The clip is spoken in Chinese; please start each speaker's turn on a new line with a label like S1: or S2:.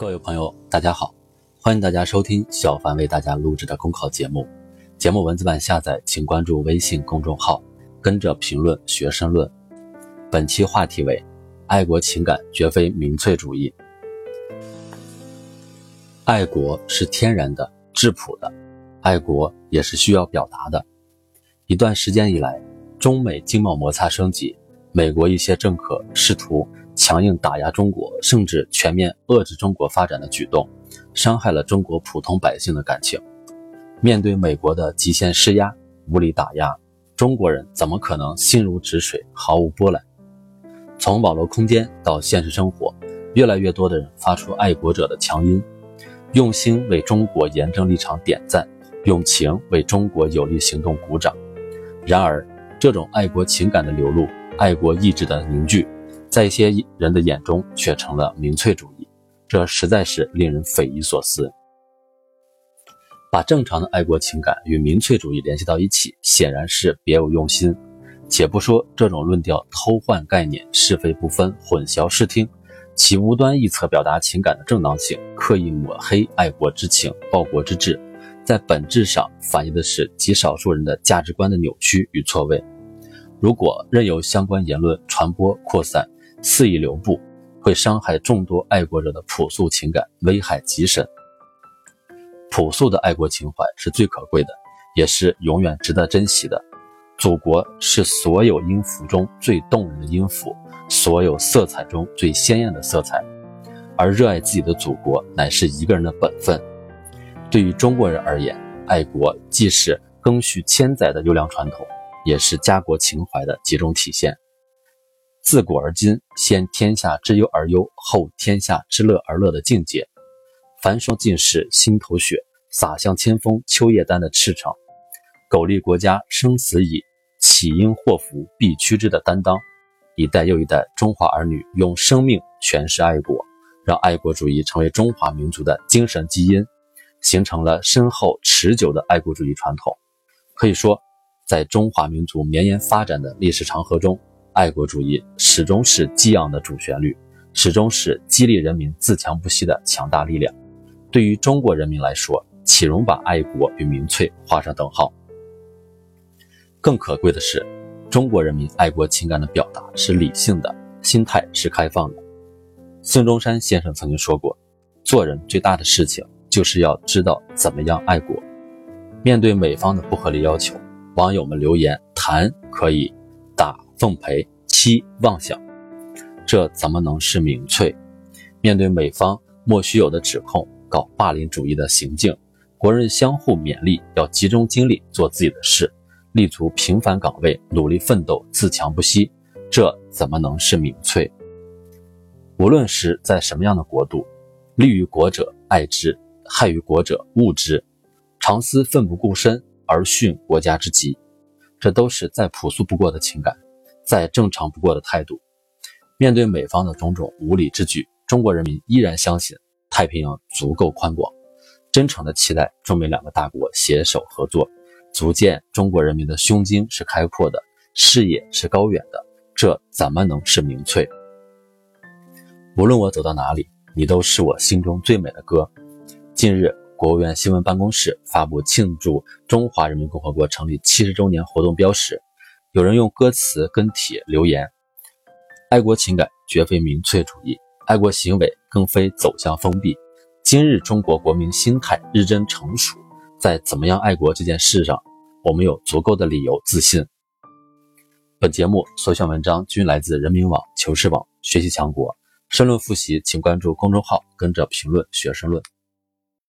S1: 各位朋友大家好，欢迎大家收听小凡为大家录制的公考节目。节目文字版下载请关注微信公众号，跟着评论学申论。本期话题为爱国情感绝非民粹主义。爱国是天然的质朴的，爱国也是需要表达的。一段时间以来，中美经贸摩擦升级，美国一些政客试图强硬打压中国，甚至全面遏制中国发展的举动，伤害了中国普通百姓的感情。面对美国的极限施压、无理打压，中国人怎么可能心如止水，毫无波澜？从网络空间到现实生活，越来越多的人发出爱国者的强音，用心为中国严正立场点赞，用情为中国有力行动鼓掌。然而，这种爱国情感的流露，爱国意志的凝聚，在一些人的眼中却成了民粹主义，这实在是令人匪夷所思。把正常的爱国情感与民粹主义联系到一起，显然是别有用心。且不说这种论调偷换概念、是非不分、混淆视听，其无端臆测表达情感的正当性，刻意抹黑爱国之情、报国之志，在本质上反映的是极少数人的价值观的扭曲与错位。如果任由相关言论传播扩散，肆意流布，会伤害众多爱国者的朴素情感，危害极深。朴素的爱国情怀是最可贵的，也是永远值得珍惜的。祖国是所有音符中最动人的音符，所有色彩中最鲜艳的色彩，而热爱自己的祖国乃是一个人的本分。对于中国人而言，爱国既是赓续千载的优良传统，也是家国情怀的集中体现。自古而今，先天下之忧而忧，后天下之乐而乐的境界。繁霜尽是心头雪，洒向千峰秋叶丹的赤诚。苟利国家生死以，岂因祸福必趋之的担当。一代又一代中华儿女用生命诠释爱国，让爱国主义成为中华民族的精神基因，形成了深厚持久的爱国主义传统。可以说，在中华民族绵延发展的历史长河中，爱国主义始终是激昂的主旋律，始终是激励人民自强不息的强大力量。对于中国人民来说，岂容把爱国与民粹画上等号？更可贵的是，中国人民爱国情感的表达是理性的，心态是开放的。孙中山先生曾经说过，做人最大的事情就是要知道怎么样爱国。面对美方的不合理要求，网友们留言谈可以，打奉陪，欺妄想，这怎么能是民粹？面对美方莫须有的指控，搞霸凌主义的行径，国人相互勉励，要集中精力做自己的事，立足平凡岗位，努力奋斗，自强不息，这怎么能是民粹？无论是在什么样的国度，利于国者爱之，害于国者恶之，常思奋不顾身而殉国家之急，这都是再朴素不过的情感，再正常不过的态度。面对美方的种种无理之举，中国人民依然相信太平洋足够宽广，真诚地期待中美两个大国携手合作，足见中国人民的胸襟是开阔的，视野是高远的，这怎么能是民粹？无论我走到哪里，你都是我心中最美的歌。近日，国务院新闻办公室发布庆祝中华人民共和国成立70周年活动标识，有人用歌词跟帖留言：爱国情感绝非民粹主义，爱国行为更非走向封闭。今日中国国民心态日臻成熟，在怎么样爱国这件事上，我们有足够的理由自信。本节目所选文章均来自人民网、求是网、学习强国。申论复习请关注公众号，跟着评论学申论。